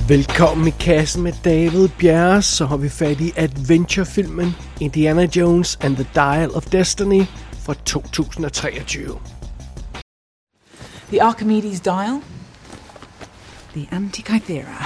Velkommen i kassen med David Bjerre, så har vi fat i adventurefilmen Indiana Jones and the Dial of Destiny fra 2023. The Archimedes Dial, the Antikythera.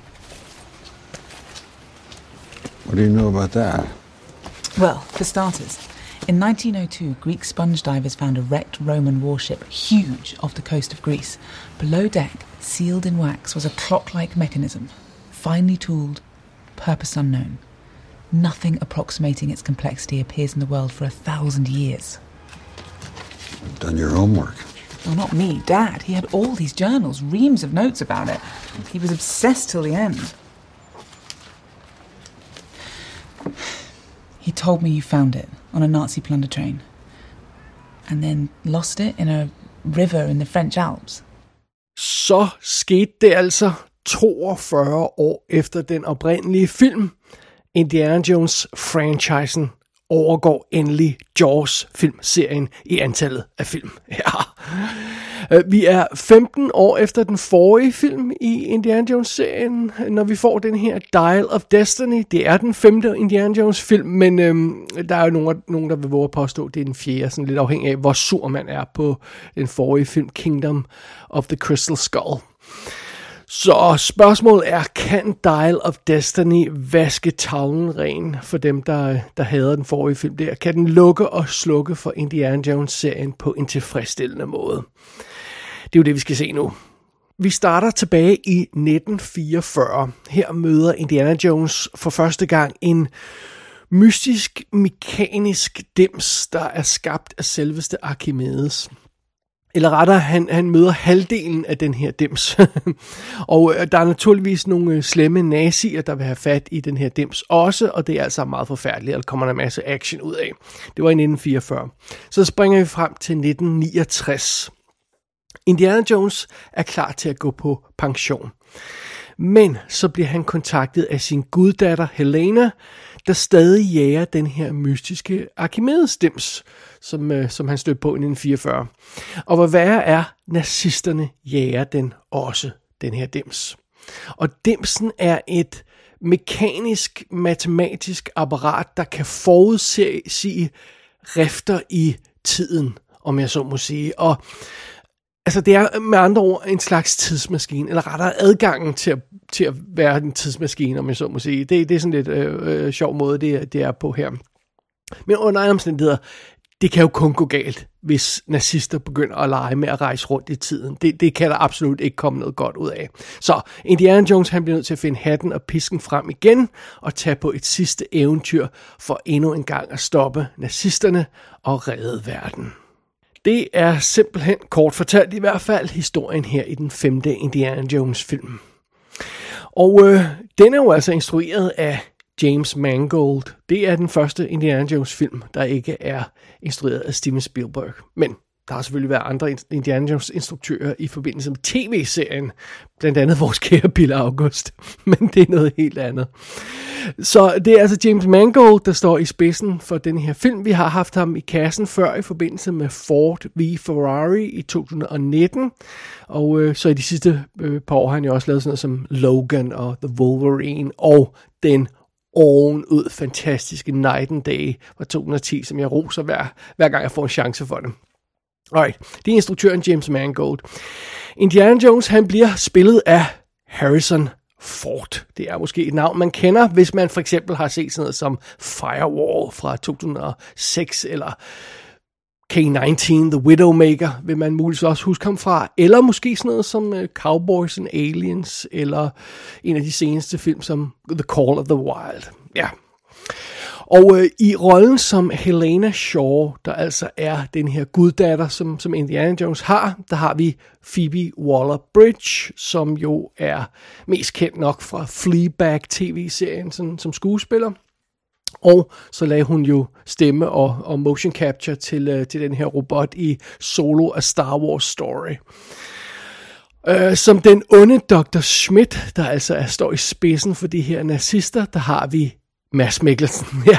What do you know about that? Well, for starters, in 1902, Greek sponge divers found a wrecked Roman warship, huge, off the coast of Greece. Below deck, sealed in wax, was a clock-like mechanism, finely tooled, purpose unknown. Nothing approximating its complexity appears in the world for 1,000 years. You've done your homework. Well, not me, Dad. He had all these journals, reams of notes about it. He was obsessed till the end. He told me you found it on a Nazi plunder train. And then lost it in a river in the French Alps. Så skete det altså 42 år efter den oprindelige film. Indiana Jones-franchisen overgår endelig Jaws-filmserien i antallet af film. Ja. Vi er 15 år efter den forrige film i Indiana Jones-serien, når vi får den her Dial of Destiny. Det er den 5. Indiana Jones-film, men der er jo nogen, der vil våge at påstå, at det er den 4. Sådan lidt afhængig af, hvor sur man er på den forrige film, Kingdom of the Crystal Skull. Så spørgsmålet er, kan Dial of Destiny vaske tavlen ren for dem, der hader den forrige film der? Kan den lukke og slukke for Indiana Jones-serien på en tilfredsstillende måde? Det er jo det, vi skal se nu. Vi starter tilbage i 1944. Her møder Indiana Jones for første gang en mystisk, mekanisk dims, der er skabt af selveste Archimedes. Eller rettere, han møder halvdelen af den her dims. Og der er naturligvis nogle slemme nazier, der vil have fat i den her dims også, og det er altså meget forfærdeligt, og der kommer en masse action ud af. Det var i 1944. Så springer vi frem til 1969. Indiana Jones er klar til at gå på pension. Men så bliver han kontaktet af sin guddatter Helena, der stadig jager den her mystiske Archimedes-dims, som han stødte på i 1944. Og hvad værre er, nazisterne jager den også, den her dims. Og dimsen er et mekanisk, matematisk apparat, der kan forudsige rifter i tiden, om jeg så må sige. Og altså, det er med andre ord en slags tidsmaskine, eller rettere adgangen til at være en tidsmaskine, om jeg så må sige. Det er sådan lidt sjov måde, det er på her. Men under andre omstændigheder, det kan jo kun gå galt, hvis nazister begynder at lege med at rejse rundt i tiden. Det kan der absolut ikke komme noget godt ud af. Så Indiana Jones, han bliver nødt til at finde hatten og pisken frem igen, og tage på et sidste eventyr for endnu en gang at stoppe nazisterne og redde verden. Det er simpelthen, kort fortalt i hvert fald, historien her i den 5. Indiana Jones film. Og den er jo altså instrueret af James Mangold. Det er den første Indiana Jones film, der ikke er instrueret af Steven Spielberg. Men der har selvfølgelig været andre Indiana Jones instruktører i forbindelse med tv-serien. Blandt andet vores kære Bille August. Men det er noget helt andet. Så det er altså James Mangold, der står i spidsen for den her film. Vi har haft ham i kassen før i forbindelse med Ford v Ferrari i 2019. Og så i de sidste par år har han jo også lavet sådan noget som Logan og The Wolverine og den ovenud fantastiske Night and Day fra 2010, som jeg roser hver gang jeg får en chance for det. Alright, det er instruktøren James Mangold. Indiana Jones, han bliver spillet af Harrison Ford. Det er måske et navn, man kender, hvis man for eksempel har set sådan noget som Firewall fra 2006, eller K-19, The Widowmaker, vil man muligvis også huske ham fra, eller måske sådan noget som Cowboys and Aliens, eller en af de seneste film som The Call of the Wild. Ja. Og i rollen som Helena Shaw, der altså er den her guddatter, som Indiana Jones har, der har vi Phoebe Waller-Bridge, som jo er mest kendt nok fra Fleabag tv-serien som skuespiller. Og så lagde hun jo stemme og motion capture til den her robot i Solo: A Star Wars Story. Som den onde Dr. Schmidt, der altså står i spidsen for de her nazister, der har vi Mads Mikkelsen. Ja.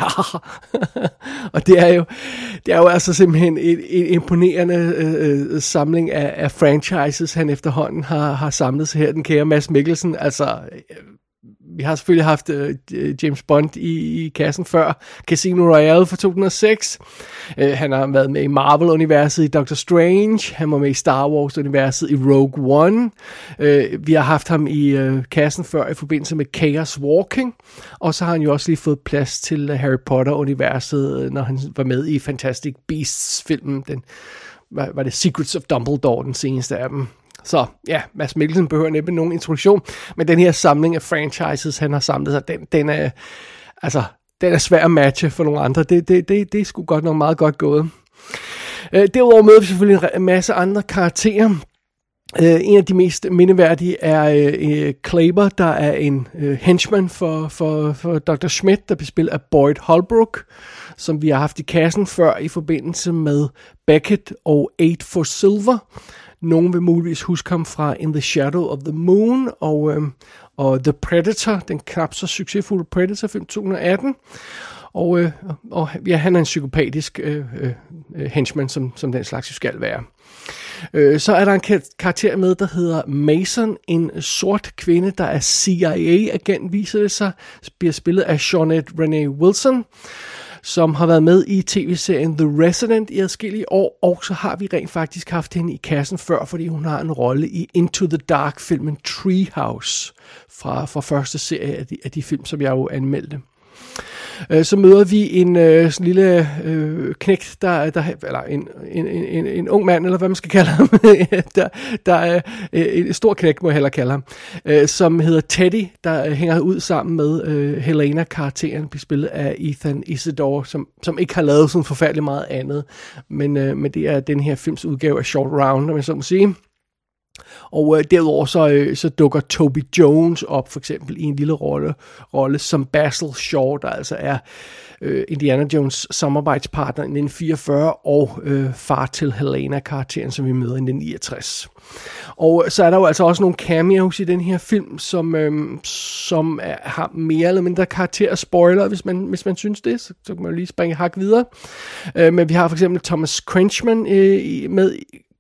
Og det er jo altså simpelthen en imponerende samling af franchises, han efterhånden har samlet sig her, den kære Mads Mikkelsen. Altså, vi har selvfølgelig haft James Bond i kassen før. Casino Royale fra 2006. Han har været med i Marvel-universet i Doctor Strange. Han var med i Star Wars-universet i Rogue One. Vi har haft ham i kassen før i forbindelse med Chaos Walking. Og så har han jo også lige fået plads til Harry Potter-universet, når han var med i Fantastic Beasts-filmen. Var det Secrets of Dumbledore, den seneste af dem. Så ja, Mads Mikkelsen behøver næppe nogen introduktion, men den her samling af franchises, han har samlet sig, den er svær at matche for nogle andre. Det er sgu godt nok meget godt gået. Derudover møder vi selvfølgelig en masse andre karakterer. En af de mest mindeværdige er Klaber, der er en henchman for Dr. Schmidt, der bliver spillet af Boyd Holbrook, som vi har haft i kassen før i forbindelse med Beckett og 8 for Silver. Nogen vil muligvis huske ham fra In the Shadow of the Moon og The Predator, den knap så succesfulde Predator-film 2018. Og ja, han er en psykopatisk henchman, som den slags jo skal være. Så er der en karakter med, der hedder Mason, en sort kvinde, der er CIA-agent, viser det sig, bliver spillet af Shawnette Renee Wilson, som har været med i tv-serien The Resident i adskillige år, og så har vi rent faktisk haft hende i kassen før, fordi hun har en rolle i Into the Dark-filmen Treehouse fra første serie af de film, som jeg jo anmeldte. Så møder vi en sådan lille knægt, eller en ung mand, eller hvad man skal kalde ham, der er en stor knægt, må jeg hellere kalde ham, som hedder Teddy, der hænger ud sammen med Helena-karakteren, spillet af Ethan Isidore, som ikke har lavet sådan forfærdeligt meget andet, men det er den her films udgave af Short Round, om jeg så må sige. Og derudover så dukker Toby Jones op for eksempel i en lille rolle som Basil Shaw, der altså er Indiana Jones samarbejdspartner i 1944 og far til Helena-karakteren, som vi møder i 1969. Og så er der jo altså også nogle cameos i den her film, som har mere eller mindre karakter-spoiler, hvis man synes det, så kan man jo lige springe hak videre. Men vi har for eksempel Thomas Crenchman med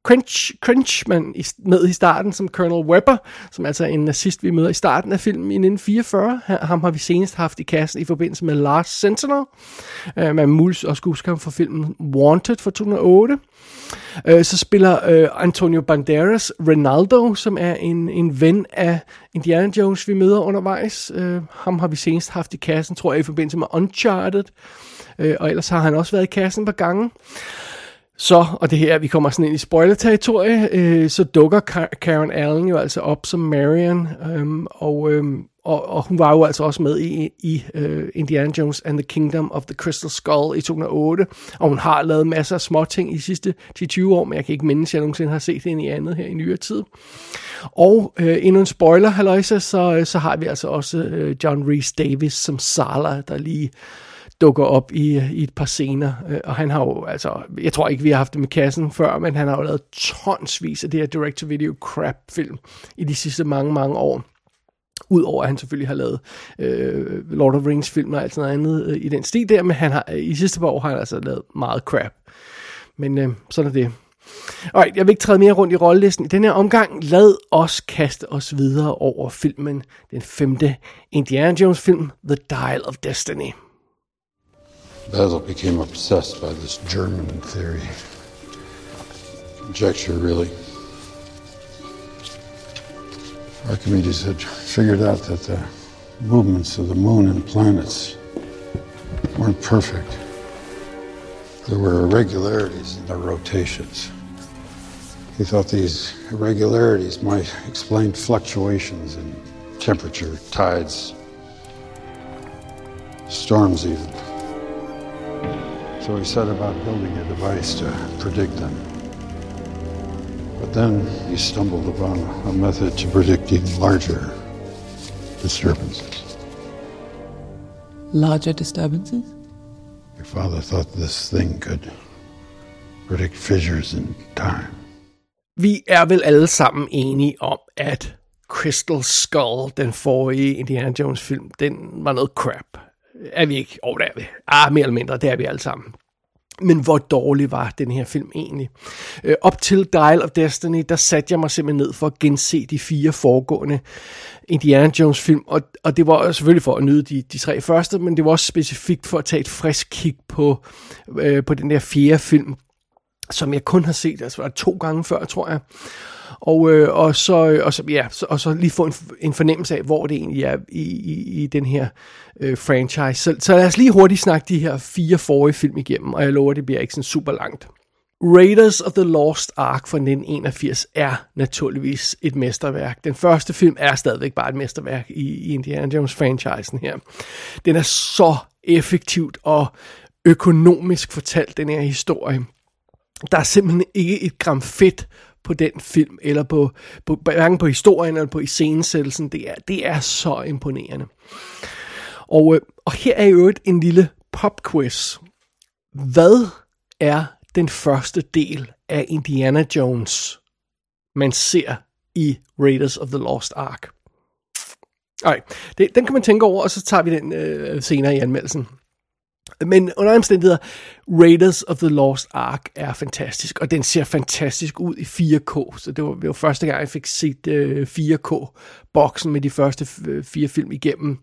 i starten som Colonel Webber, som altså er en nazist, vi møder i starten af filmen i 1944. Ham har vi senest haft i kassen i forbindelse med Last Sentinel. Man muligvis også huske ham fra filmen Wanted fra 2008. Så spiller Antonio Banderas Ronaldo, som er en ven af Indiana Jones, vi møder undervejs. Ham har vi senest haft i kassen, tror jeg, i forbindelse med Uncharted. Og ellers har han også været i kassen et par gange. Så, og det her, vi kommer sådan ind i spoiler-territorie, så dukker Karen Allen jo altså op som Marion, og hun var jo altså også med i Indiana Jones and the Kingdom of the Crystal Skull i 2008, og hun har lavet masser af småting i de sidste 10-20 år, men jeg kan ikke mindes, at jeg nogensinde har set hende i andet her i nyere tid. Og endnu en spoiler, halløjsa, så har vi altså også John Rhys Davies som Sala, der lige dukker op i et par scener, og han har jo, altså, jeg tror ikke, vi har haft det med kassen før, men han har jo lavet tonsvis af det her direct-to-video crap-film i de sidste mange år. Udover at han selvfølgelig har lavet Lord of the Rings-film og alt sådan noget andet i den stil der, men i sidste par år har han altså lavet meget crap. Men sådan er det. Alright, jeg vil ikke træde mere rundt i rollelisten i den her omgang. Lad os kaste os videre over filmen, den 5. Indiana Jones-film, The Dial of Destiny. Basil became obsessed by this German theory. Conjecture, really. Archimedes had figured out that the movements of the moon and planets weren't perfect. There were irregularities in their rotations. He thought these irregularities might explain fluctuations in temperature, tides, storms even. So he set about building a device to predict them. But then he stumbled upon a method to predict even larger disturbances. Larger disturbances? Your father thought this thing could predict fissures in time. Vi er vel alle sammen enige om, at Crystal Skull, den forrige Indiana Jones film, den var noget crap. Er vi ikke? Det er vi. Mere eller mindre, det er vi alle sammen. Men hvor dårlig var den her film egentlig? Op til Dial of Destiny, der satte jeg mig simpelthen ned for at gense de 4 foregående Indiana Jones film, og det var selvfølgelig for at nyde de 3 første, men det var også specifikt for at tage et frisk kig på den der 4. film, som jeg kun har set, altså 2 gange før, tror jeg. Og så lige få en fornemmelse af, hvor det egentlig er i den her franchise. Så lad os lige hurtigt snakke de her 4 forrige film igennem, og jeg lover, det bliver ikke sådan super langt. Raiders of the Lost Ark fra 1981 er naturligvis et mesterværk. Den første film er stadigvæk bare et mesterværk i Indiana Jones-franchisen her. Den er så effektivt og økonomisk fortalt, den her historie. Der er simpelthen ikke et gram fedt på den film, eller på hverken på historien eller på iscenesættelsen. Det er så imponerende. Og her er jo en lille popquiz. Hvad er den første del af Indiana Jones, man ser i Raiders of the Lost Ark? Den kan man tænke over, og så tager vi den senere i anmeldelsen. Men under omstændigheder, Raiders of the Lost Ark er fantastisk, og den ser fantastisk ud i 4K. Så det var første gang, jeg fik set 4K-boksen med de første 4 film igennem.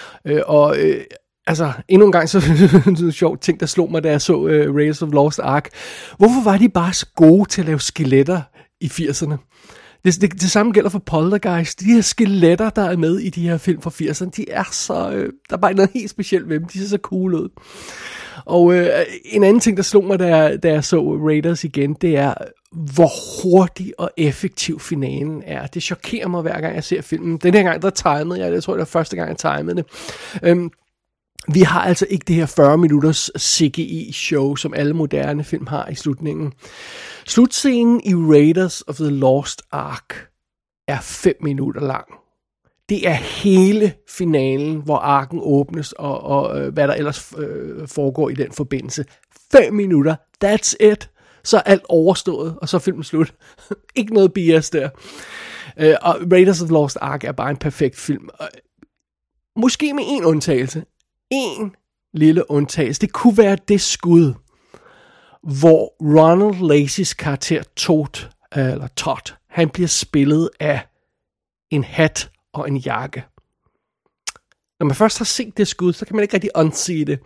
Altså, endnu en gang, så en sjov ting, der slog mig, da jeg så Raiders of the Lost Ark. Hvorfor var de bare så gode til at lave skeletter i 80'erne? Det samme gælder for Poltergeist. De her skeletter, der er med i de her film fra 80'erne, de er så... der er bare noget helt specielt ved dem. De ser så cool ud. Og en anden ting, der slog mig, da jeg så Raiders igen, det er, hvor hurtig og effektiv finalen er. Det chokerer mig, hver gang jeg ser filmen. Den her gang, der timede jeg. Jeg tror, det var første gang, jeg timede det. Vi har altså ikke det her 40 minutters CGI-show, som alle moderne film har i slutningen. Slutscenen i Raiders of the Lost Ark er 5 minutter lang. Det er hele finalen, hvor arken åbnes, og hvad der ellers foregår i den forbindelse. 5 minutter, that's it. Så er alt overstået, og så er filmen slut. Ikke noget BS der. Og Raiders of the Lost Ark er bare en perfekt film. Måske med en undtagelse. En lille undtagelse. Det kunne være det skud, hvor Ronald Lacey's karakter Todd, han bliver spillet af en hat og en jakke. Når man først har set det skud, så kan man ikke rigtig unsee det.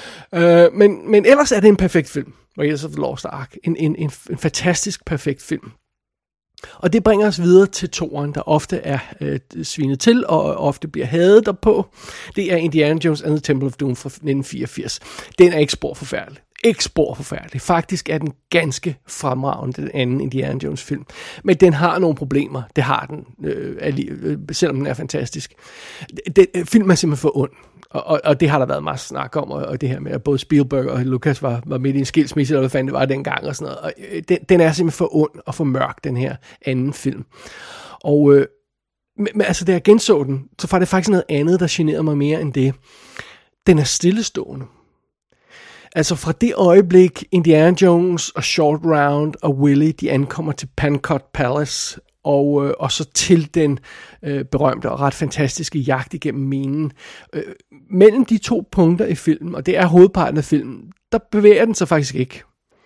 Men ellers er det en perfekt film, Raiders of the Lost Ark. En fantastisk perfekt film. Og det bringer os videre til toeren, der ofte er svinet til, og ofte bliver hadet derpå. Det er Indiana Jones and the Temple of Doom fra 1984. Den er ikke spor forfærdelig. Faktisk er den ganske fremragende, den anden Indiana Jones film. Men den har nogle problemer. Det har den, selvom den er fantastisk. Filmen er simpelthen for ond. Og det har der været meget snak om, og det her med, at både Spielberg og Lucas var midt i en skilsmisse, eller hvad fanden det var dengang, og sådan noget. Og den er simpelthen for ond og for mørk, den her anden film. Og men altså, da jeg genså den, så var det faktisk noget andet, der generede mig mere end det. Den er stillestående. Altså fra det øjeblik, Indiana Jones og Short Round og Willie, de ankommer til Pankot Palace, og så til den berømte og ret fantastiske jagt igennem minen. Mellem de 2 punkter i filmen, og det er hovedparten af filmen, der bevæger den sig faktisk ikke.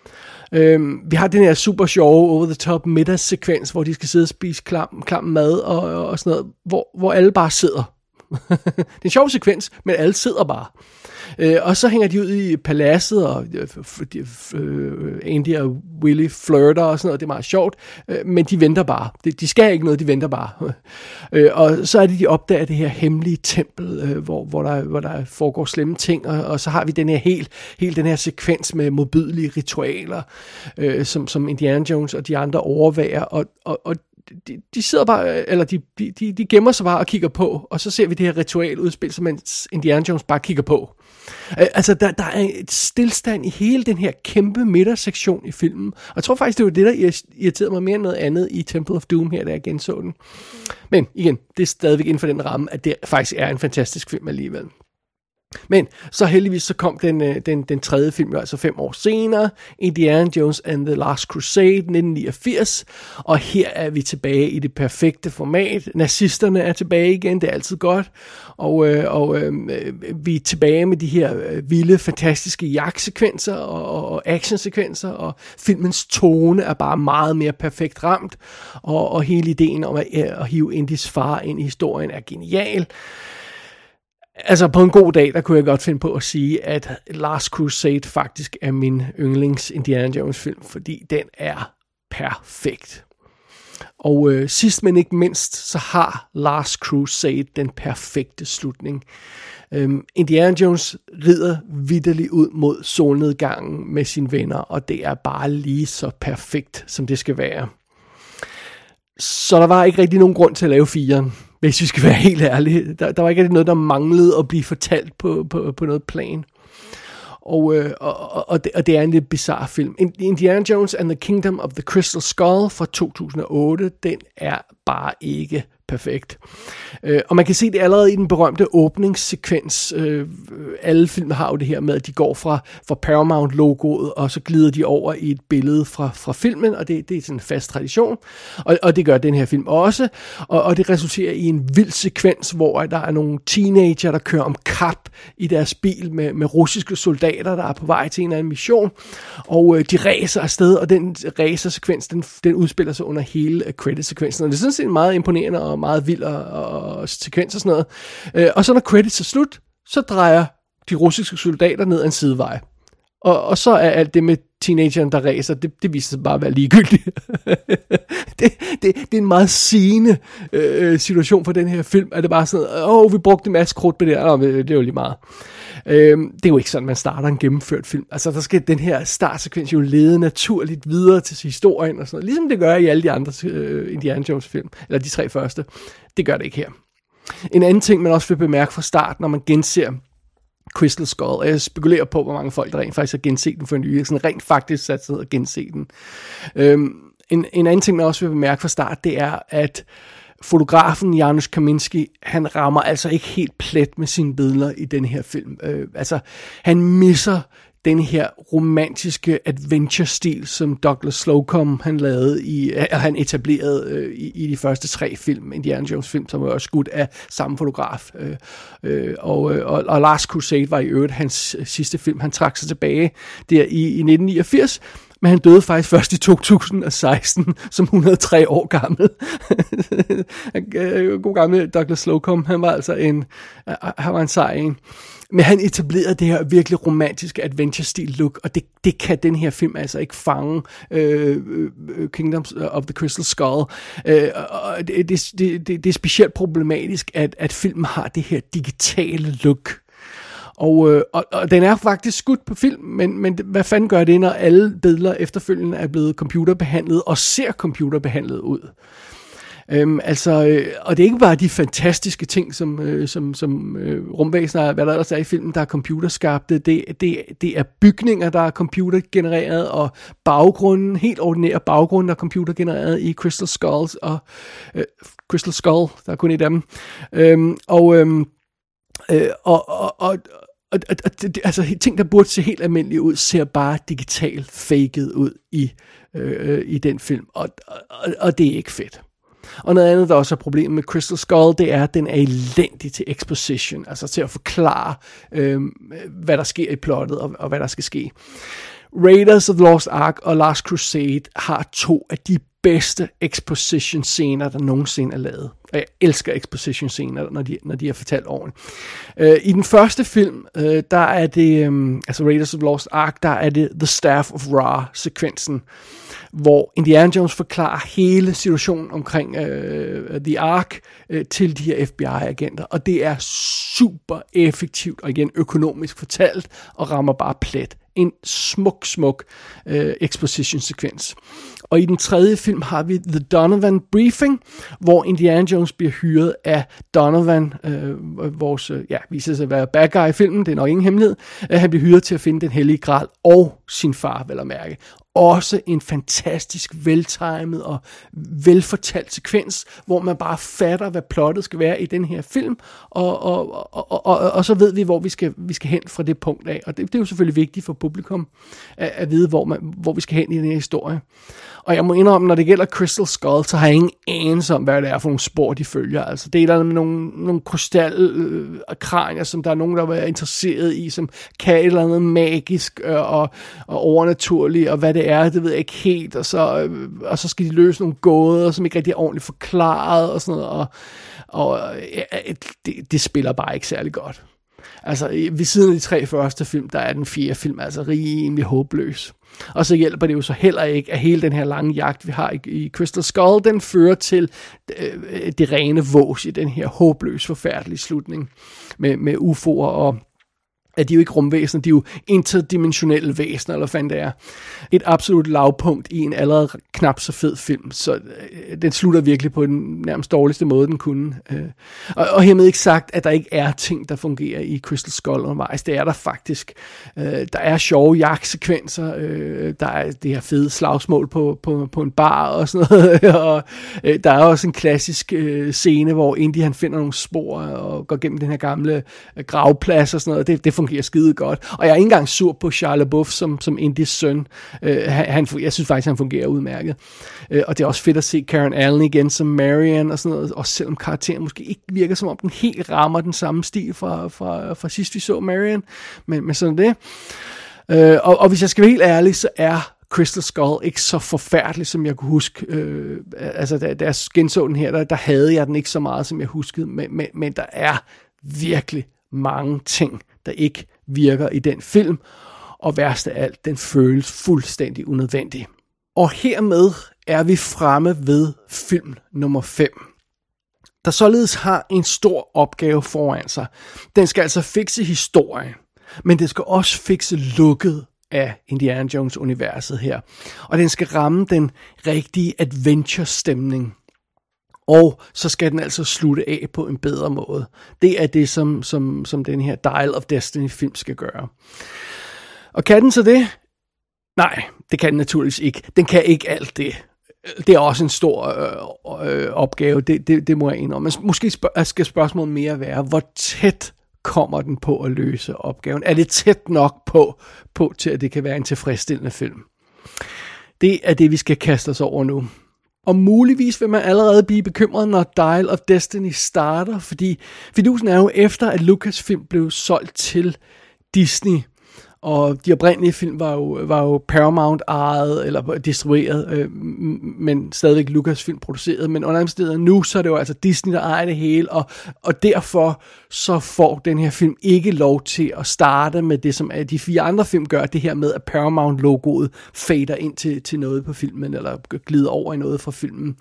Vi har den her super sjove over-the-top middagssekvens, hvor de skal sidde og spise klam mad og sådan noget, hvor alle bare sidder. Det er en sjov sekvens, men alle sidder bare. Og så hænger de ud i paladset, og Andy og Willie flirter og sådan noget. Det er meget sjovt, men de venter bare. De skal ikke noget, de venter bare. Og så er det, de opdager det her hemmelige tempel, hvor der foregår slemme ting, og så har vi den her hele den her sekvens med modbydelige ritualer, som Indiana Jones og de andre overværer, og de sidder bare, eller de gemmer sig bare og kigger på, og så ser vi det her ritual udspil, som Indiana Jones bare kigger på. Altså, der er et stillstand i hele den her kæmpe midtersektion i filmen, og jeg tror faktisk, det var det, der irriterede mig mere end noget andet i Temple of Doom her, da jeg genså den. Men igen, det er stadigvæk inden for den ramme, at det faktisk er en fantastisk film alligevel. Men så heldigvis så kom den tredje film, altså 5 år senere, Indiana Jones and the Last Crusade, 1989, og her er vi tilbage i det perfekte format. Nazisterne er tilbage igen, det er altid godt, og vi er tilbage med de her vilde, fantastiske jagtsekvenser og actionsekvenser, og filmens tone er bare meget mere perfekt ramt, og hele ideen om at hive Indys far ind i historien er genial. Altså på en god dag, der kunne jeg godt finde på at sige, at Last Crusade faktisk er min yndlings Indiana Jones film, fordi den er perfekt. Og sidst men ikke mindst, så har Last Crusade den perfekte slutning. Indiana Jones rider vitterligt ud mod solnedgangen med sine venner, og det er bare lige så perfekt, som det skal være. Så der var ikke rigtig nogen grund til at lave 4'eren. Hvis vi skal være helt ærlige. Der var ikke rigtig noget, der manglede at blive fortalt på noget plan. Og det er en lidt bizarre film. Indiana Jones and the Kingdom of the Crystal Skull fra 2008, den er bare ikke perfekt. Og man kan se det allerede i den berømte åbningssekvens. Alle film har jo det her med, at de går fra Paramount-logoet, og så glider de over i et billede fra filmen, og det er sådan en fast tradition. Og det gør den her film også. Og det resulterer i en vild sekvens, hvor der er nogle teenager, der kører om kap i deres bil med russiske soldater, der er på vej til en eller anden mission. Og de racer afsted, og den racersekvens, den udspiller sig under hele credit-sekvensen. Og det er sådan set meget imponerende og meget vild og sekvens og sådan noget. Og så når credits er slut, så drejer de russiske soldater ned ad en sidevej. Og så er alt det med teenageren, der racer, det viser sig bare at være ligegyldigt. det er en meget sigende situation for den her film, at det bare sådan, vi brugte en masse krudt på det her. Det er jo lige meget. Det er jo ikke sådan, man starter en gennemført film. Altså, der skal den her startsekvens jo lede naturligt videre til historien og sådan noget. Ligesom det gør i alle de andre Indiana Jones film, eller de 3 første. Det gør det ikke her. En anden ting, man også vil bemærke fra start, når man genser Crystal Skull, og jeg spekulerer på, hvor mange folk, der rent faktisk har genset den for en ny, sådan rent faktisk sat sig og gense den. En anden ting, man også vil bemærke fra start, det er, at fotografen Janusz Kaminski, han rammer altså ikke helt plet med sine billeder i den her film. Han misser den her romantiske adventure-stil, som Douglas Slocum han etablerede i de første 3 film, Indiana Jones film, som var også skudt af samme fotograf. Og Last Crusade var i øvrigt hans sidste film. Han trak sig tilbage der i 1989, men han døde faktisk først i 2016, som 103 år gammel. God gammel Douglas Slocum, han var altså en sej en. Men han etablerede det her virkelig romantiske adventure-stil look, og det kan den her film altså ikke fange, Kingdoms of the Crystal Skull. Det er specielt problematisk, at filmen har det her digitale look. Og den er faktisk skudt på film, men hvad fanden gør det, når alle billeder efterfølgende er blevet computerbehandlet og ser computerbehandlet ud? Og det er ikke bare de fantastiske ting, som rumvæsener, hvad der ellers er i filmen, der er computerskabte. Det er bygninger, der er computergenereret, og baggrunden, helt ordinære baggrunde, der er computergenereret i Crystal Skulls, og Crystal Skull, der er kun et af dem. Altså ting, der burde se helt almindelige ud, ser bare digitalt faked ud i den film, og det er ikke fedt. Og noget andet, der også er problemet med Crystal Skull, det er, at den er elendig til exposition, altså til at forklare, hvad der sker i plottet, og hvad der skal ske. Raiders of the Lost Ark og Last Crusade har 2 af de bedste exposition-scener, der nogensinde er lavet. Og jeg elsker exposition-scener, når de er fortalt ordentligt. I den første film, der er det, altså Raiders of the Lost Ark, der er det The Staff of Ra-sekvensen, hvor Indiana Jones forklarer hele situationen omkring The Ark til de her FBI-agenter, og det er super effektivt, og igen økonomisk fortalt, og rammer bare plet. En smuk exposition-sekvens. Og i den tredje film har vi The Donovan Briefing, hvor Indiana Jones bliver hyret af Donovan, viser sig at være bad guy i filmen, det er nok ingen hemmelighed. Han bliver hyret til at finde den hellige gral og sin far, vel at mærke. også en fantastisk veltimet og velfortalt sekvens, hvor man bare fatter, hvad plottet skal være i den her film, og så ved vi, hvor vi skal hen fra det punkt af. Og det er jo selvfølgelig vigtigt for publikum at vide, hvor vi skal hen i den her historie. Og jeg må indrømme, når det gælder Crystal Skull, så har jeg ingen anelse om, hvad det er for nogle spor, de følger. Altså, det er der nogle krystalkranier, som der er nogen, der er interesseret i, som kan et eller andet magisk og overnaturligt, og hvad det er, det ved jeg ikke helt. Og så skal de løse nogle gåder, som ikke rigtig er ordentligt forklaret, og sådan noget. Og det spiller bare ikke særlig godt. Altså, ved siden af de 3 første film, der er den 4. film altså rimelig håbløs. Og så hjælper det jo så heller ikke, at hele den her lange jagt, vi har i Crystal Skull, den fører til det rene vås i den her håbløs, forfærdelige slutning med UFO'er og at de er jo ikke rumvæsener, de er jo interdimensionelle væsener, eller hvad fanden det er. Et absolut lavpunkt i en allerede knap så fed film, så den slutter virkelig på den nærmest dårligste måde, den kunne. Og hermed ikke sagt, at der ikke er ting, der fungerer i Crystal Skull undervejs. Det er der faktisk. Der er sjove jagtsekvenser, der er det her fede slagsmål på en bar og sådan noget, og der er også en klassisk scene, hvor Indy han finder nogle spor og går gennem den her gamle gravplads og sådan noget. Det fungerer skide godt. Og jeg er ikke engang sur på Shia LaBeouf som Indys søn. Jeg synes faktisk, han fungerer udmærket. Og det er også fedt at se Karen Allen igen som Marion og sådan noget. Også selvom karakteren måske ikke virker som om den helt rammer den samme stil fra sidst vi så Marion. Men sådan det. Og hvis jeg skal være helt ærlig, så er Crystal Skull ikke så forfærdelig, som jeg kunne huske. Altså, da jeg genså den her, der havde jeg den ikke så meget, som jeg huskede. Men der er virkelig mange ting, der ikke virker i den film, og værst af alt, den føles fuldstændig unødvendig. Og hermed er vi fremme ved film nummer 5, der således har en stor opgave foran sig. Den skal altså fikse historien, men den skal også fikse lukket af Indiana Jones-universet her. Og den skal ramme den rigtige adventure-stemning. Og så skal den altså slutte af på en bedre måde. Det er det, som den her Dial of Destiny-film skal gøre. Og kan den så det? Nej, det kan den naturligvis ikke. Den kan ikke alt det. Det er også en stor opgave, det må jeg indrømme. Men måske skal spørgsmålet mere være, hvor tæt kommer den på at løse opgaven? Er det tæt nok på til, at det kan være en tilfredsstillende film? Det er det, vi skal kaste os over nu. Og muligvis vil man allerede blive bekymret, når Dial of Destiny starter, fordi fidusen er jo efter, at Lucasfilm blev solgt til Disney, og de oprindelige film var jo Paramount ejet eller distribueret, men stadigvæk Lucasfilm produceret. Men under omstændigheder nu, så er det jo altså Disney, der ejer det hele, og derfor så får den her film ikke lov til at starte med det, som de 4 andre film gør, det her med, at Paramount-logoet fader ind til noget på filmen, eller glider over i noget fra filmen.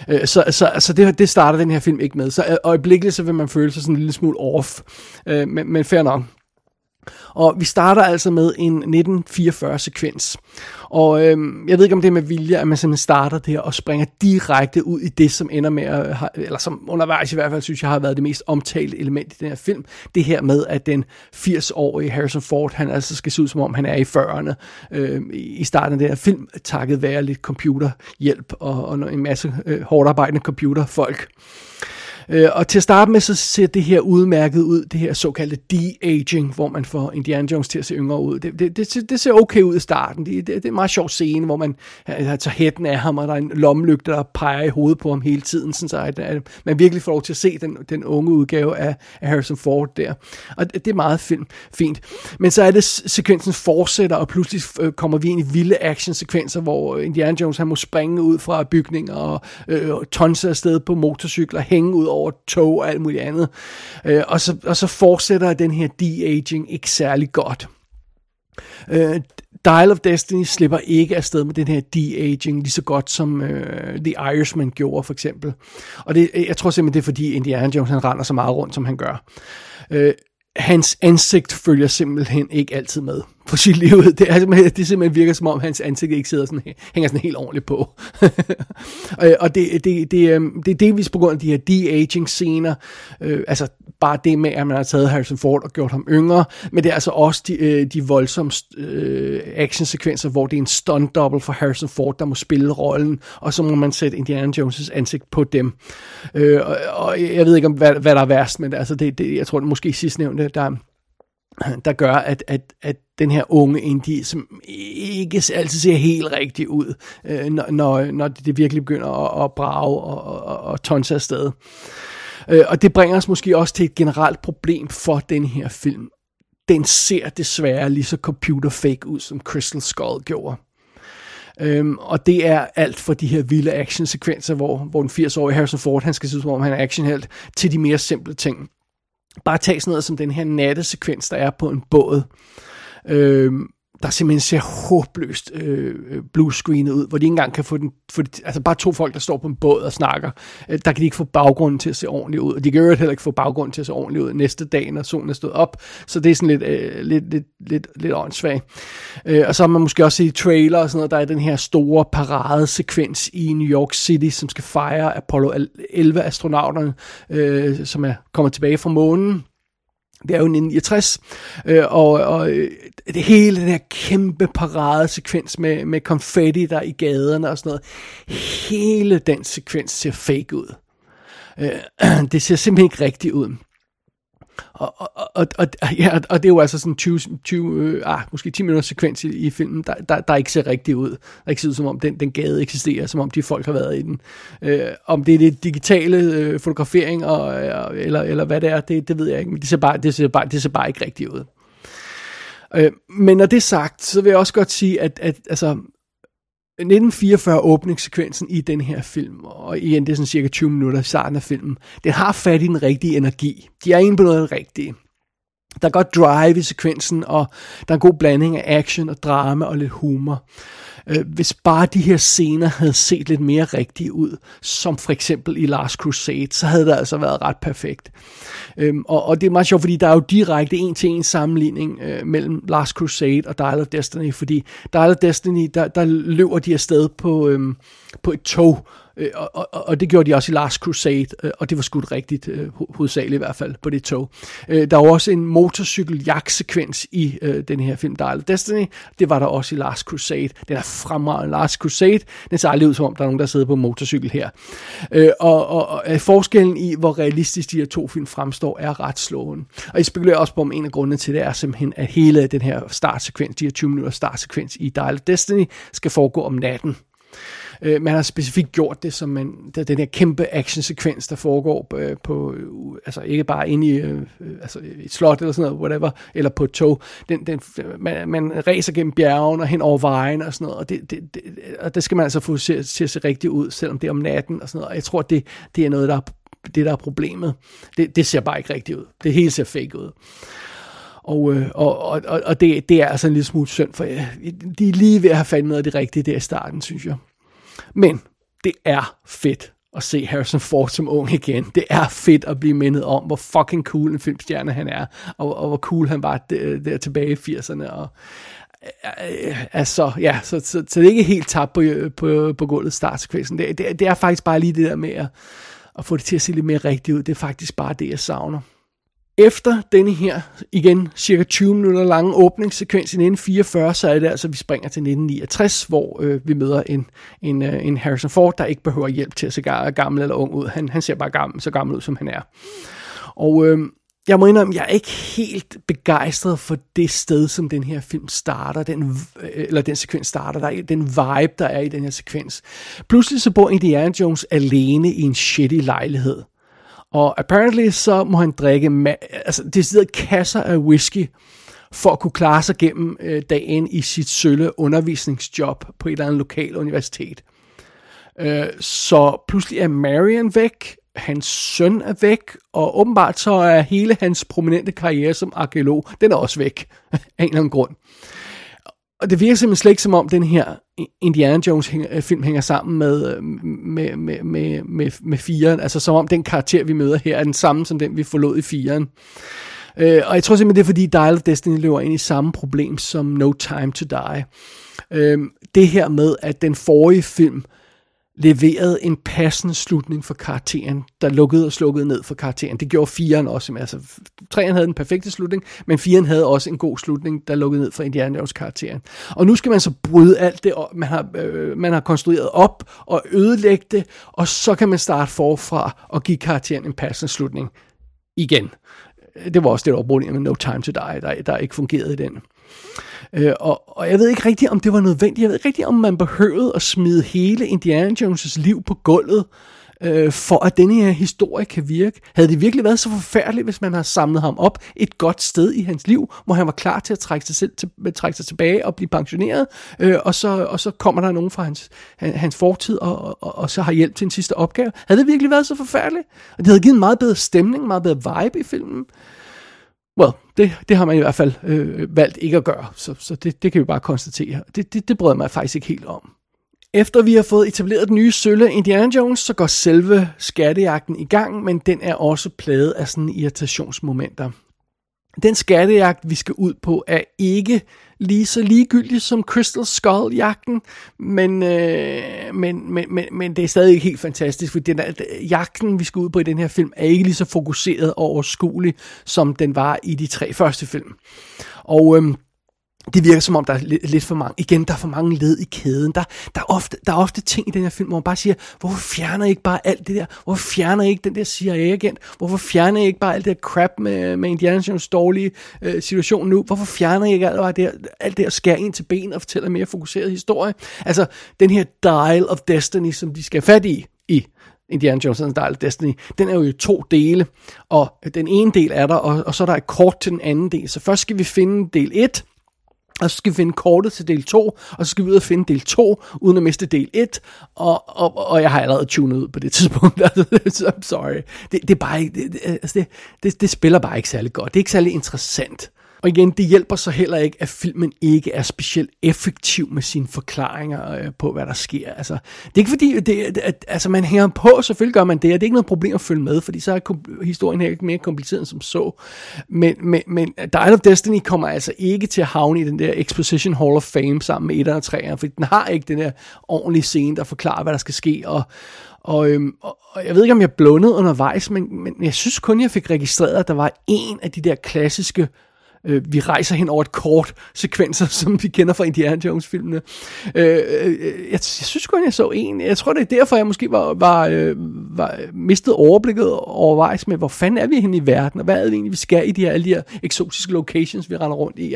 Så det starter den her film ikke med. Så øjeblikkeligt så vil man føle sig sådan en lille smule off, men fair nok. Og vi starter altså med en 1944-sekvens. Og jeg ved ikke, om det er med vilje, at man simpelthen starter der og springer direkte ud i det, som ender med eller som undervejs i hvert fald, synes jeg har været det mest omtalte element i den her film. Det her med, at den 80-årige Harrison Ford, han altså skal se ud, som om han er i 40'erne i starten af den her film, takket være lidt computerhjælp og en masse hårdt arbejdende computerfolk. Og til at starte med, så ser det her udmærket ud, det her såkaldte de-aging, hvor man får Indiana Jones til at se yngre ud. Det ser okay ud i starten. Det er en meget sjov scene, hvor man tager hætten af ham, og der er en lommelygte, der peger i hovedet på ham hele tiden, så at man virkelig får lov til at se den unge udgave af Harrison Ford der. Og det er meget fint. Men så er det, sekvensen fortsætter, og pludselig kommer vi ind i vilde actionsekvenser, hvor Indiana Jones han må springe ud fra bygninger og tonse afsted på motorcykler, hænge ud over tog og alt muligt andet. Og så fortsætter den her de-aging ikke særlig godt. Dial of Destiny slipper ikke afsted med den her de-aging lige så godt som The Irishman gjorde for eksempel. Og jeg tror simpelthen, det er fordi Indiana Jones han render så meget rundt, som han gør. Hans ansigt følger simpelthen ikke altid med. få sit liv ud. Det simpelthen virker som om, hans ansigt ikke hænger sådan helt ordentligt på. Og det er delvis på grund af de her de-aging-scener. Altså bare det med, at man har taget Harrison Ford og gjort ham yngre. Men det er altså også de voldsomme actionsekvenser, hvor det er en stunt-double for Harrison Ford, der må spille rollen. Og så må man sætte Indiana Jones' ansigt på dem. Og jeg ved ikke, hvad der er værst, men altså jeg tror, det måske sidstnævnte, der gør, at den her unge Indy, som ikke altid ser helt rigtig ud, når det virkelig begynder at brage og tonse afsted. Og det bringer os måske også til et generelt problem for den her film. Den ser desværre lige så computerfake ud, som Crystal Skull gjorde. Og det er alt for de her vilde actionsekvenser, hvor den 80-årige Harrison Ford, han skal se ud som om han er actionhelt, til de mere simple ting. Bare tag sådan noget som den her nattesekvens, der er på en båd, der simpelthen ser håbløst bluescreenet ud, hvor de ikke engang kan få altså bare to folk, der står på en båd og snakker, der kan de ikke få baggrunden til at se ordentligt ud, og de kan jo heller ikke få baggrunden til at se ordentligt ud næste dag, når solen er stået op, så det er sådan lidt åndssvagt. Og så har man måske også set i trailer og sådan noget, der er den her store paradesekvens i New York City, som skal fejre Apollo 11 astronauterne, som er kommet tilbage fra månen. Det er jo 1969, og det hele den her kæmpe paradesekvens med konfetti der i gaderne og sådan noget, hele den sekvens ser fake ud. Det ser simpelthen ikke rigtigt ud. Og det er jo altså sådan måske 10 minutter sekvens i filmen, der ikke ser rigtig ud. Der ikke ser ud som om den gade eksisterer, som om de folk har været i den. Om det er det digitale fotografering eller hvad det er, det ved jeg ikke. Men det ser bare ikke rigtigt ud. Men når det er sagt, så vil jeg også godt sige, at altså 1944 åbningssekvensen i den her film, og igen, det er sådan cirka 20 minutter i starten af filmen, den har fat i den rigtige energi. De er inde på noget rigtigt. Der er godt drive i sekvensen, og der er en god blanding af action og drama og lidt humor. Hvis bare de her scener havde set lidt mere rigtige ud, som for eksempel i Last Crusade, så havde det altså været ret perfekt. Og det er meget sjovt, fordi der er jo direkte en-til-en sammenligning mellem Last Crusade og Dial of Destiny, fordi Dial of Destiny, der løber de afsted på et tog, og det gjorde de også i Last Crusade, og det var skudt rigtigt, hovedsageligt i hvert fald, på det tog. Der var også en motorcykeljagtsekvens i den her film, Dial of Destiny. Det var der også i Last Crusade. Den er fremragende. Last Crusade, den ser aldrig ud som om, der er nogen, der sidder på en motorcykel her. Og forskellen i, hvor realistisk de her to film fremstår, er ret slående. Og jeg spekulerer også på, om en af grundene til det er simpelthen, at hele den her startsekvens, de her 20 minutter startsekvens i Dial of Destiny, skal foregå om natten. Man har specifikt gjort det som den her kæmpe actionsekvens, der foregår på altså ikke bare inde i et slot eller sådan noget, whatever, eller på et tog. Man ræser gennem bjergen og hen over vejen og sådan noget, og det skal man altså få til at se rigtigt ud, selvom det er om natten og sådan noget. Og jeg tror, det er noget, der er problemet. Det ser bare ikke rigtigt ud. Det hele ser fake ud. Og det er altså en lille smule synd, for de er lige ved at have fandt noget af det rigtige der i starten, synes jeg. Men det er fedt at se Harrison Ford som ung igen. Det er fedt at blive mindet om, hvor fucking cool en filmstjerne han er, og hvor cool han var der tilbage i 80'erne. Og, altså, ja, så det er ikke helt tabt på gulvet startsekvensen. Det er faktisk bare lige det der med at få det til at se lidt mere rigtigt ud. Det er faktisk bare det, jeg savner. Efter denne her, igen, cirka 20 minutter lange åbningssekvens i 1944, så er det altså, vi springer til 1969, hvor vi møder en Harrison Ford, der ikke behøver hjælp til at se gammel eller ung ud. Han ser bare så gammel ud, som han er. Og jeg må indrømme, jeg er ikke helt begejstret for det sted, som den her film starter, den sekvens starter, den vibe, der er i den her sekvens. Pludselig så bor Indiana Jones alene i en shitty lejlighed. Og apparently så må han drikke deciderede kasser af whisky for at kunne klare sig gennem dagen i sit sølle undervisningsjob på et eller andet lokal universitet. Så pludselig er Marion væk, hans søn er væk, og åbenbart så er hele hans prominente karriere som arkæolog, den er også væk af en eller anden grund. Og det virker simpelthen slet ikke som om den her Indiana Jones film hænger sammen med 4'eren. Altså som om den karakter, vi møder her, er den samme som den, vi forlod i 4'eren. Og jeg tror simpelthen, det er fordi Dial of Destiny løber ind i samme problem som No Time to Die. Det her med, at den forrige film leverede en passende slutning for karakteren, der lukkede og slukkede ned for karakteren. Det gjorde 4'eren også. Altså, 3'eren havde den perfekte slutning, men 4'eren havde også en god slutning, der lukkede ned for Indiana Jones karakteren. Og nu skal man så bryde alt det, man har konstrueret op og ødelægge det, og så kan man starte forfra og give karakteren en passende slutning igen. Det var også det, der var problemet med No Time to Die, der ikke fungerede i den. Og jeg ved ikke rigtigt, om det var nødvendigt. Jeg ved ikke rigtigt, om man behøvede at smide hele Indiana Jones' liv på gulvet, for at denne her historie kan virke. Havde det virkelig været så forfærdeligt, hvis man havde samlet ham op et godt sted i hans liv, hvor han var klar til at trække sig tilbage og blive pensioneret, og så kommer der nogen fra hans fortid, og så har hjælp til en sidste opgave. Havde det virkelig været så forfærdeligt? Og det havde givet en meget bedre stemning, en meget bedre vibe i filmen. Well, det har man i hvert fald valgt ikke at gøre, så det kan vi bare konstatere. Det bryder mig faktisk ikke helt om. Efter vi har fået etableret den nye sølle Indiana Jones, så går selve skattejagten i gang, men den er også plaget af sådan irritationsmomenter. Den skattejagt, vi skal ud på, er ikke lige så ligegyldig som Crystal Skull-jagten, men det er stadig ikke helt fantastisk, for jagten, vi skal ud på i den her film, er ikke lige så fokuseret og overskuelig, som den var i de 3 første film. Og det virker som om, der er lidt for mange. Igen, der er for mange led i kæden. Der er ofte ting i den her film, hvor man bare siger, hvorfor fjerner I ikke bare alt det der? Hvorfor fjerner I ikke den der CIA-agent? Hvorfor fjerner I ikke bare alt det der crap med Indiana Jones dårlige situation nu? Hvorfor fjerner I ikke alt det at skære ind til ben og fortælle en mere fokuseret historie? Altså, den her Dial of Destiny, som de skal fat i Indiana Jones' Dial of Destiny, den er jo i 2 dele, og den ene del er der, og så er der et kort til den anden del. Så først skal vi finde del 1, og så skal vi finde kortet til del 2, og så skal vi ud og finde del 2, uden at miste del 1, og jeg har allerede tunet ud på det tidspunkt, så I'm sorry. Det er bare ikke, det spiller bare ikke særlig godt, det er ikke særlig interessant. Og igen, det hjælper så heller ikke, at filmen ikke er specielt effektiv med sine forklaringer på, hvad der sker. Altså, det er ikke fordi, man hænger på, selvfølgelig gør man det, og det er ikke noget problem at følge med, fordi så er historien her ikke mere kompliceret end som så. Men Dial of Destiny kommer altså ikke til at havne i den der Exposition Hall of Fame sammen med 1'eren og 3'eren, fordi den har ikke den der ordentlige scene, der forklarer, hvad der skal ske, og jeg ved ikke, om jeg blundede undervejs, men jeg synes kun, jeg fik registreret, at der var en af de der klassiske vi rejser hen over et kort sekvenser, som vi kender fra Indiana Jones-filmene. Jeg synes godt, jeg så en. Jeg tror, det er derfor, jeg måske var mistet overblikket overvejs med, hvor fanden er vi henne i verden, og hvad er det egentlig, vi skal i alle de her eksotiske locations, vi render rundt i.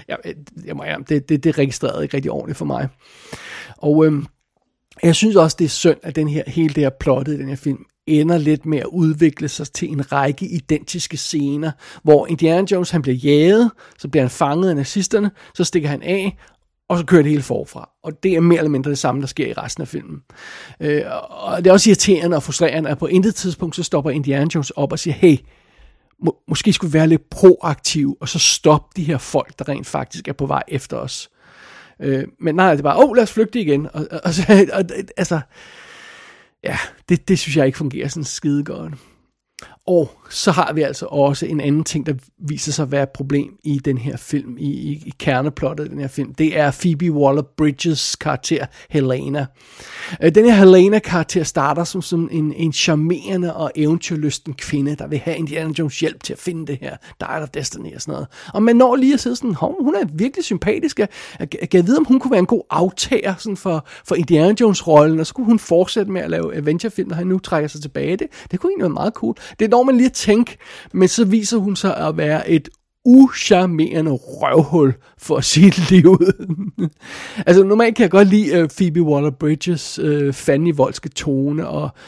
Det registrerede ikke rigtig ordentligt for mig. Og jeg synes også, det er synd, at hele det her plottet i den her film ender lidt med at udvikle sig til en række identiske scener, hvor Indiana Jones, han bliver jaget, så bliver han fanget af nazisterne, så stikker han af, og så kører det hele forfra. Og det er mere eller mindre det samme, der sker i resten af filmen. Og det er også irriterende og frustrerende, at på intet tidspunkt, så stopper Indiana Jones op og siger, hey, måske skulle vi være lidt proaktive, og så stoppe de her folk, der rent faktisk er på vej efter os. Men nej, det er bare, lad os flygte igen. Altså, ja, det synes jeg ikke fungerer sådan skide godt. Og så har vi altså også en anden ting, der viser sig at være et problem i den her film, i kerneplottet i den her film. Det er Phoebe Waller-Bridges karakter, Helena. Den her Helena-karakter starter som en charmerende og eventyrlysten kvinde, der vil have Indiana Jones hjælp til at finde det her Dial of Destiny og sådan noget. Og man når lige at sidde sådan, hun er virkelig sympatisk. Jeg kan vide, om hun kunne være en god aftager sådan for Indiana Jones-rollen, og så kunne hun fortsætte med at lave adventure-film, når han nu trækker sig tilbage. Det kunne egentlig være meget cool. Det når man lige at tænke, men så viser hun sig at være et ucharmerende røvhul for sit liv. Altså normalt kan jeg godt lide Phoebe Waller-Bridges fandenivoldske tone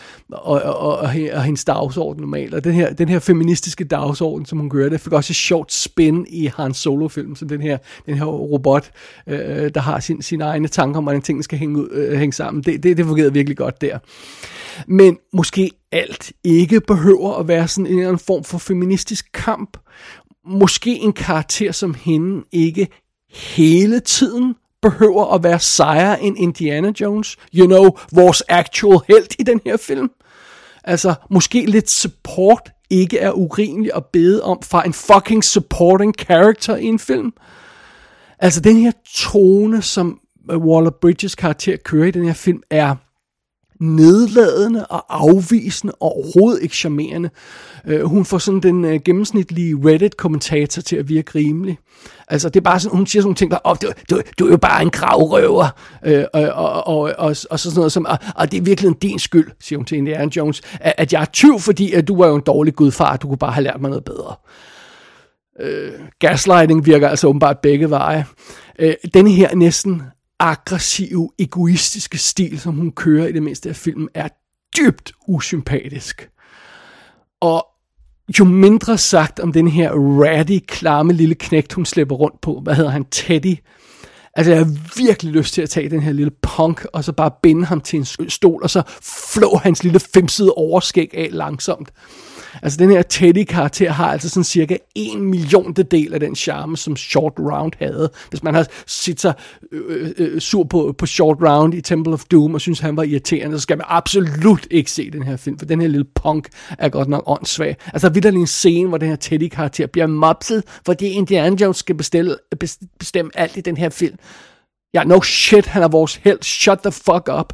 og hendes dagsorden normalt, og den her feministiske dagsorden, som hun gør, det fik også et sjovt spin i Han Solo-film, som den her robot, der har sine egne tanker om, hvordan tingene skal hænge sammen. Det fungerede virkelig godt der. Men måske alt ikke behøver at være sådan en eller anden form for feministisk kamp. Måske en karakter som hende ikke hele tiden behøver at være sejere end Indiana Jones. You know, vores actual helt i den her film. Altså, måske lidt support ikke er urimeligt at bede om fra en fucking supporting character i en film. Altså, den her tone, som Waller-Bridges karakter kører i den her film, er nedladende og afvisende og overhovedet ikke charmerende. Hun får sådan den gennemsnitlige Reddit-kommentator til at virke rimelig. Altså, det er bare sådan, hun siger sådan nogle ting, der, du er jo bare en gravrøver, og så sådan noget som, og det er virkelig din skyld, siger hun til Indiana Jones, at jeg er tyv, fordi at du var jo en dårlig gudfar, du kunne bare have lært mig noget bedre. Gaslighting virker altså åbenbart begge veje. Denne her næsten aggressive, egoistiske stil, som hun kører i det meste af filmen, er dybt usympatisk. Og jo mindre sagt om den her ratty, klamme lille knægt, hun slæber rundt på, hvad hedder han, Teddy. Altså, jeg har virkelig lyst til at tage den her lille punk, og så bare binde ham til en stol, og så flå hans lille femsede overskæg af langsomt. Altså, den her Teddy-karakter har altså sådan cirka 1/1,000,000 af den charme, som Short Round havde. Hvis man har set sig sur på Short Round i Temple of Doom, og synes, han var irriterende, så skal man absolut ikke se den her film, for den her lille punk er godt nok åndssvag. Altså, vitterlig en scene, hvor den her Teddy-karakter bliver mopset, fordi Indiana Jones skal bestemme alt i den her film. Ja, no shit, han er vores helt. Shut the fuck up.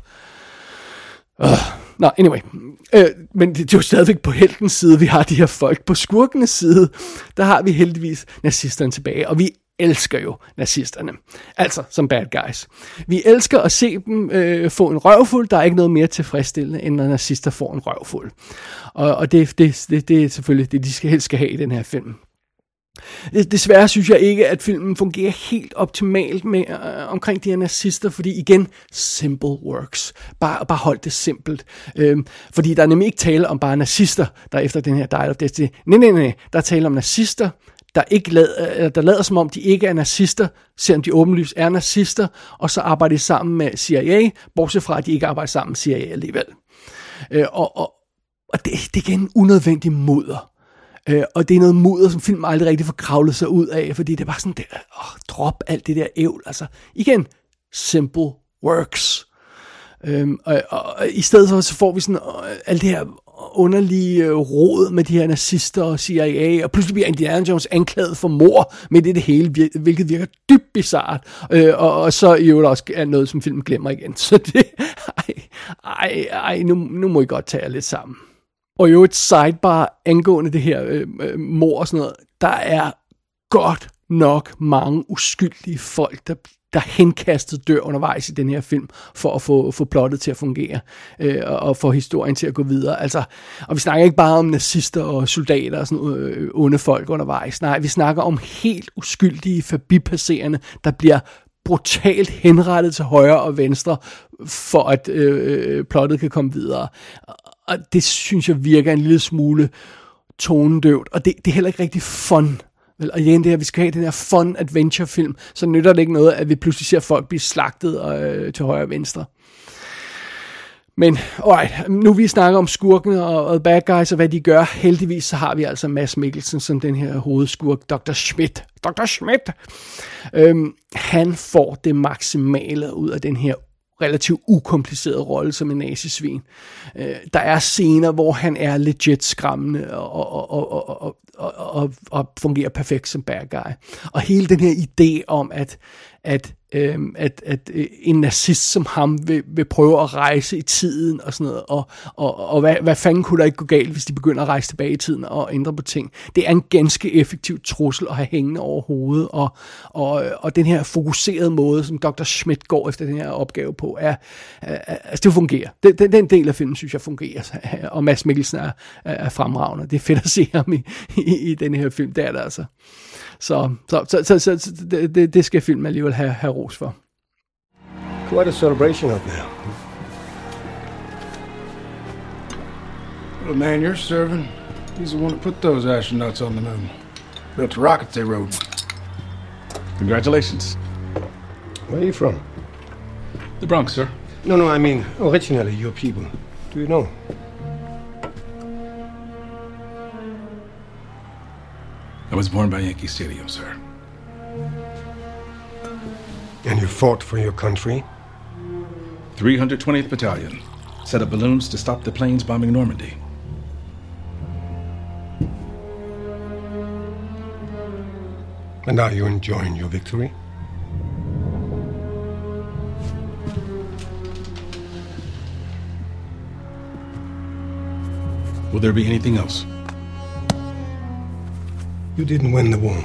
Nå, anyway. Men det er jo stadigvæk på heltens side, vi har de her folk. På skurkenes side, der har vi heldigvis nazisterne tilbage, og vi elsker jo nazisterne. Altså, som bad guys. Vi elsker at se dem få en røvfuld. Der er ikke noget mere tilfredsstillende, end når nazister får en røvfuld. Og det er selvfølgelig det, de helst skal have i den her film. Desværre synes jeg ikke, at filmen fungerer helt optimalt med omkring de her nazister, fordi igen, simple works. Bare hold det simpelt. Fordi der er nemlig ikke tale om bare nazister, der efter den her Dial of Destiny. Nej. Der er tale om nazister, der lader som om, de ikke er nazister, selvom de åbenlyst er nazister, og så arbejder de sammen med CIA, bortset fra, at de ikke arbejder sammen med CIA alligevel. Og det er igen unødvendig mudder. Og det er noget mudder, som filmen aldrig rigtig får kravlet sig ud af, fordi det er bare sådan, drop alt det der ævl. Altså, igen, simple works. Og i stedet for, så får vi sådan alt det her underlige råd med de her nazister og CIA, og pludselig bliver Indiana Jones anklaget for mord med det hele, hvilket virker dybt bizarrt, og så i øvrigt også er noget, som filmen glemmer igen. Så det, nu må I godt tage jer lidt sammen. Og jo et sidebar angående det her mord og sådan noget, der er godt nok mange uskyldige folk, der henkastet dør undervejs i den her film, for at få plottet til at fungere, og få historien til at gå videre. Altså, og vi snakker ikke bare om nazister og soldater og sådan onde folk undervejs. Nej, vi snakker om helt uskyldige forbipasserende, der bliver brutalt henrettet til højre og venstre, for at plottet kan komme videre. Og det synes jeg virker en lille smule tonedøvt, og det er heller ikke rigtig fun. Og igen, det her, vi skal have den her fun adventure film, så nytter det ikke noget, at vi pludselig ser folk blive slagtet til højre og venstre. Men alright, nu vi snakker om skurkene og bad guys og hvad de gør, heldigvis så har vi altså Mads Mikkelsen som den her hovedskurk, Dr. Schmidt. Dr. Schmidt! Han får det maksimale ud af den her relativt ukompliceret rolle som en nazisvin. Der er scener, hvor han er legit skræmmende og fungerer perfekt som bad guy. Og hele den her idé om, at en nazist som ham vil prøve at rejse i tiden og sådan noget, og hvad fanden kunne der ikke gå galt, hvis de begynder at rejse tilbage i tiden og ændre på ting. Det er en ganske effektiv trussel at have hængende over hovedet, og den her fokuserede måde, som Dr. Schmidt går efter den her opgave på, altså det fungerer. Den del af filmen, synes jeg, fungerer, og Mads Mikkelsen er fremragende. Det er fedt at se ham i den her film, det er det altså. Så det skal filmen alligevel have ros for. Quite a celebration up there. Well, the man you're serving, he's the one that put those astronauts on the moon. Built the rockets they rode. Congratulations. Where are you from? The Bronx, sir. No, I mean, originally, your people. Do you know? I was born by Yankee Stadium, sir. And you fought for your country? 320th Battalion. Set up balloons to stop the planes bombing Normandy. And are you enjoying your victory? Will there be anything else? You didn't win the war.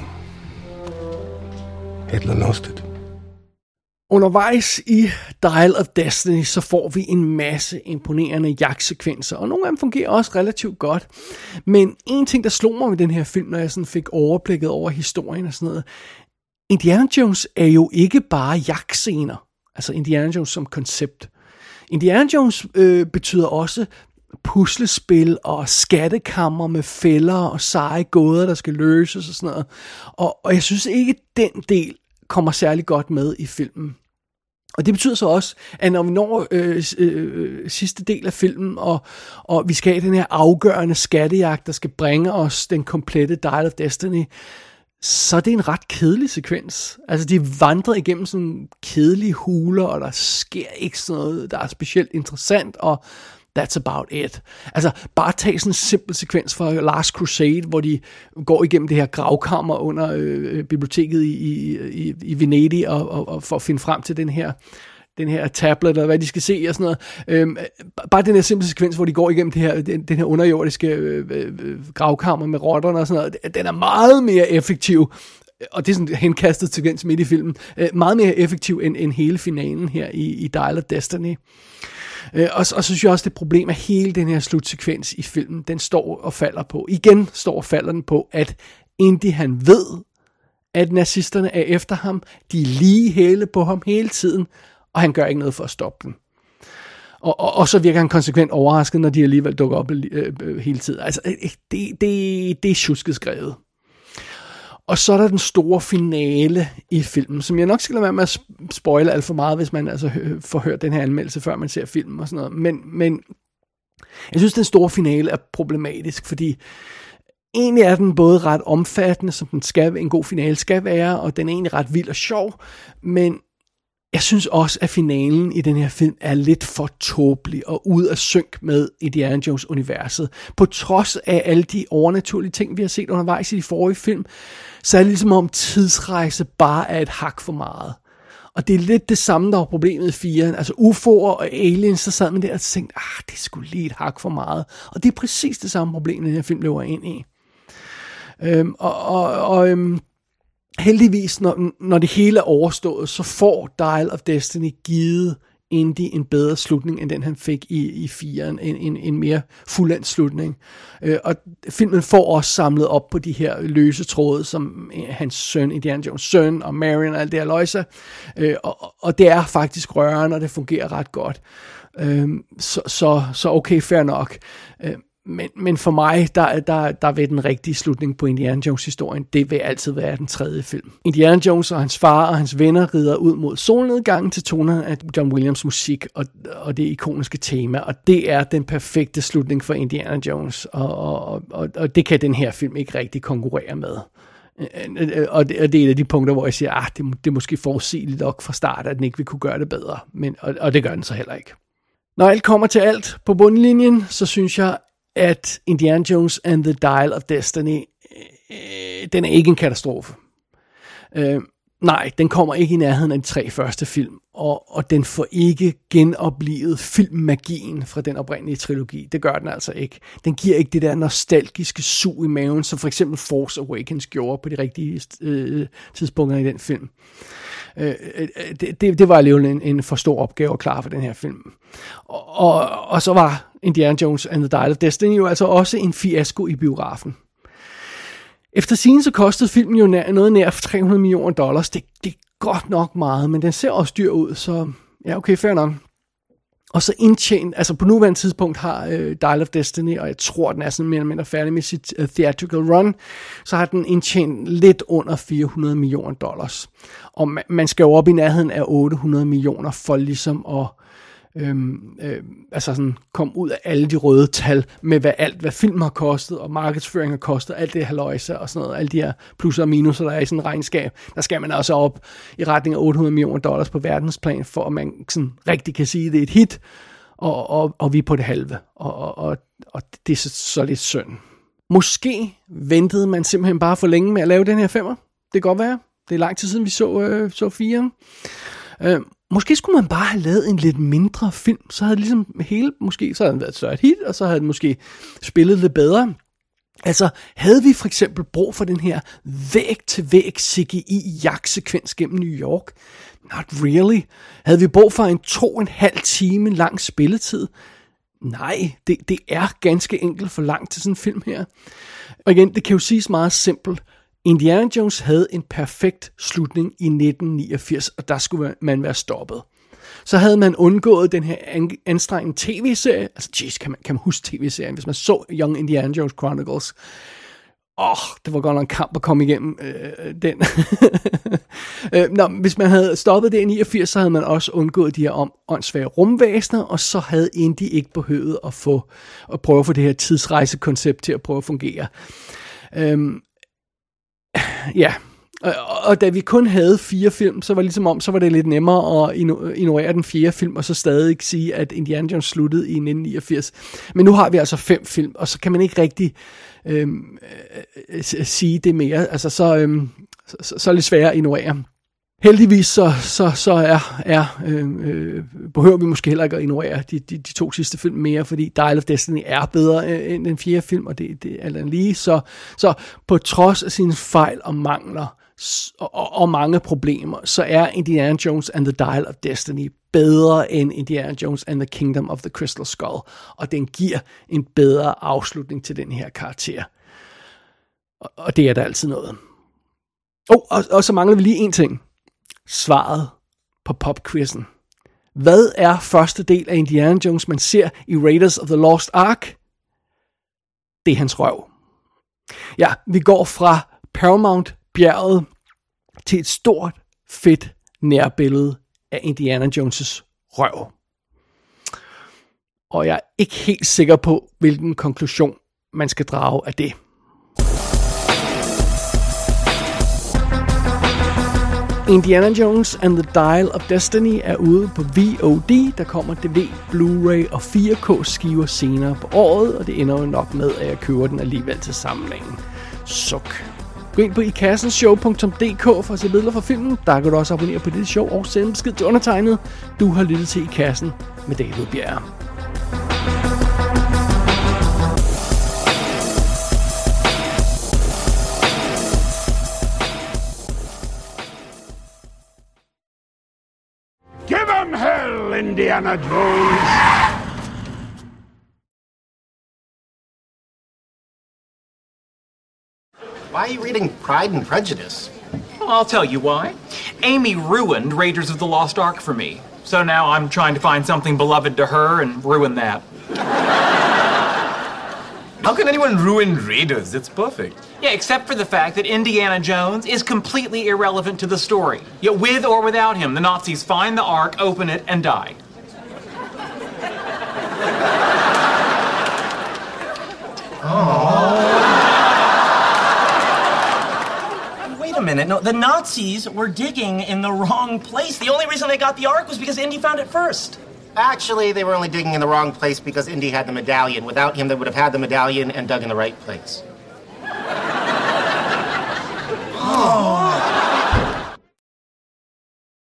Hitler lost it. Undervejs i Dial of Destiny, så får vi en masse imponerende jagtsekvenser, og nogle af dem fungerer også relativt godt. Men en ting, der slog mig ved den her film, når jeg sådan fik overblikket over historien og sådan noget, Indiana Jones er jo ikke bare jagtscener, altså Indiana Jones som koncept. Indiana Jones betyder også puslespil og skattekammer med fælder og seje gåder, der skal løses og sådan noget. Og jeg synes ikke, den del kommer særlig godt med i filmen. Og det betyder så også, at når vi når sidste del af filmen, og vi skal have den her afgørende skattejagt, der skal bringe os den komplette Dial of Destiny, så er det en ret kedelig sekvens. Altså, de vandrer igennem sådan kedelige huler, og der sker ikke sådan noget, der er specielt interessant, og that's about it. Altså, bare tag sådan en simpel sekvens fra Last Crusade, hvor de går igennem det her gravkammer under biblioteket i Venedig, og for at finde frem til den her tablet, eller hvad de skal se, og sådan noget. Bare den her simple sekvens, hvor de går igennem den her underjordiske gravkammer med rotterne og sådan noget, den er meget mere effektiv, og det er sådan henkastet sekvens midt i filmen, meget mere effektiv end hele finalen her i Dial of Destiny. Og så synes jeg også, det problem er hele den her slutsekvens i filmen, den står og falder på. Igen står og falder den på, at Indy han ved, at nazisterne er efter ham, de er lige hæle på ham hele tiden, og han gør ikke noget for at stoppe dem. Og så virker han konsekvent overrasket, når de alligevel dukker op hele tiden. Altså, det er tjusket skrevet. Og så er der den store finale i filmen, som jeg nok skal lade være med at spoile alt for meget, hvis man altså får hørt den her anmeldelse, før man ser filmen og sådan noget. Men jeg synes, den store finale er problematisk, fordi egentlig er den både ret omfattende, som en god finale skal være, og den er egentlig ret vild og sjov, men jeg synes også, at finalen i den her film er lidt for tåbelig og ude af synk med Indiana Jones-universet. På trods af alle de overnaturlige ting, vi har set undervejs i de forrige film, så er det ligesom om tidsrejse bare er et hak for meget. Og det er lidt det samme, der var problemet i 4'eren. Altså UFO'er og aliens, så sad man der og tænkte, det er sgu lige et hak for meget. Og det er præcis det samme problem, den her film løber ind i. Heldigvis, når det hele er overstået, så får Dial of Destiny givet Indy en bedre slutning, end den han fik i 4'eren. En mere fuldendt slutning. Og filmen får også samlet op på de her løse tråde, som hans søn, Indiana Jones søn, og Marion og alt det her løjse. Og det er faktisk rørende, og det fungerer ret godt. Så okay, fair nok. Men for mig, der vil den rigtige slutning på Indiana Jones-historien, det vil altid være den tredje film. Indiana Jones og hans far og hans venner rider ud mod solnedgangen til tonerne af John Williams musik og det ikoniske tema, og det er den perfekte slutning for Indiana Jones, og det kan den her film ikke rigtig konkurrere med. Og det er et af de punkter, hvor jeg siger, det er måske forudsigeligt nok fra start, at den ikke vil kunne gøre det bedre, og det gør den så heller ikke. Når alt kommer til alt på bundlinjen, så synes jeg, at Indiana Jones and the Dial of Destiny, den er ikke en katastrofe. Nej, den kommer ikke i nærheden af de 3 første film, og den får ikke genoplivet filmmagien fra den oprindelige trilogi. Det gør den altså ikke. Den giver ikke det der nostalgiske sug i maven, som for eksempel Force Awakens gjorde på de rigtige tidspunkter i den film. Det var alligevel en for stor opgave at klare for den her film. Og så var Indiana Jones and the Dial of Destiny jo altså også en fiasko i biografen. Efter sigende så kostede filmen jo noget nær $300 million. Det er godt nok meget, men den ser også dyr ud, så ja, okay, fair nok. Og så indtjent, altså på nuværende tidspunkt har Dial of Destiny, og jeg tror, den er sådan mere eller mindre færdig med sit theatrical run, så har den indtjent lidt under $400 million. Og man skal jo op i nærheden af 800 millioner for ligesom at altså sådan kom ud af alle de røde tal med hvad film har kostet og markedsføring har kostet, alt det haløjse og sådan noget, alle de her plusser og minuser, der er i sådan en regnskab. Der skal man altså op i retning af $800 million på verdensplan, for at man sådan rigtig kan sige, at det er et hit, og vi er på det halve. Og det er så lidt synd. Måske ventede man simpelthen bare for længe med at lave den her femmer. Det kan godt være. Det er lang tid siden, vi så 4. Måske skulle man bare have lavet en lidt mindre film, så havde det ligesom måske så havde den været et større hit, og så havde den måske spillet lidt bedre. Altså, havde vi for eksempel brug for den her væg-til-væg CGI-jagtsekvens gennem New York? Not really. Havde vi brug for en 2,5 time lang spilletid? Nej, det er ganske enkelt for langt til sådan en film her. Og igen, det kan jo siges meget simpelt. Indiana Jones havde en perfekt slutning i 1989, og der skulle man være stoppet. Så havde man undgået den her anstrengende tv-serie. Altså, kan man huske tv-serien, hvis man så Young Indiana Jones Chronicles? Det var godt nok en kamp at komme igennem den. Hvis man havde stoppet det i 89, så havde man også undgået de her åndssvage rumvæsener, og så havde Indy ikke behøvet at prøve at få det her tidsrejsekoncept til at prøve at fungere. Ja, og da vi kun havde 4 film, så var så var det lidt nemmere at ignorere den 4. film, og så stadig sige, at Indiana Jones sluttede i 1989. Men nu har vi altså 5 film, og så kan man ikke rigtig sige det mere. Altså, så er det sværere at ignorere. Heldigvis så behøver vi måske heller ikke at ignorere de 2 sidste film mere, fordi Dial of Destiny er bedre end den 4. film, og det er alt andet lige. Så på trods af sine fejl og mangler og mange problemer, så er Indiana Jones and the Dial of Destiny bedre end Indiana Jones and the Kingdom of the Crystal Skull, og den giver en bedre afslutning til den her karakter. Og det er der altid noget. Og så mangler vi lige en ting. Svaret på popquizzen. Hvad er første del af Indiana Jones, man ser i Raiders of the Lost Ark? Det er hans røv. Ja, vi går fra Paramount-bjerget til et stort, fedt nærbillede af Indiana Jones' røv. Og jeg er ikke helt sikker på, hvilken konklusion man skal drage af det. Indiana Jones and the Dial of Destiny er ude på VOD. Der kommer DVD, Blu-ray og 4K skiver senere på året, og det ender jo nok med, at jeg køber den alligevel til samlingen. Suk. Gå ind på ikassenshow.dk for at se billeder fra filmen. Der kan du også abonnere på det show og sende en besked til undertegnet. Du har lyttet til I Kassen med David Bjerre. Give them hell, Indiana Jones! Why are you reading Pride and Prejudice? Well, I'll tell you why. Amy ruined Raiders of the Lost Ark for me. So now I'm trying to find something beloved to her and ruin that. How can anyone ruin Raiders? It's perfect. Yeah, except for the fact that Indiana Jones is completely irrelevant to the story. Yet with or without him, the Nazis find the Ark, open it, and die. Wait a minute. No, the Nazis were digging in the wrong place. The only reason they got the Ark was because Indy found it first. Actually, they were only digging in the wrong place because Indy had the medallion. Without him, they would have had the medallion and dug in the right place.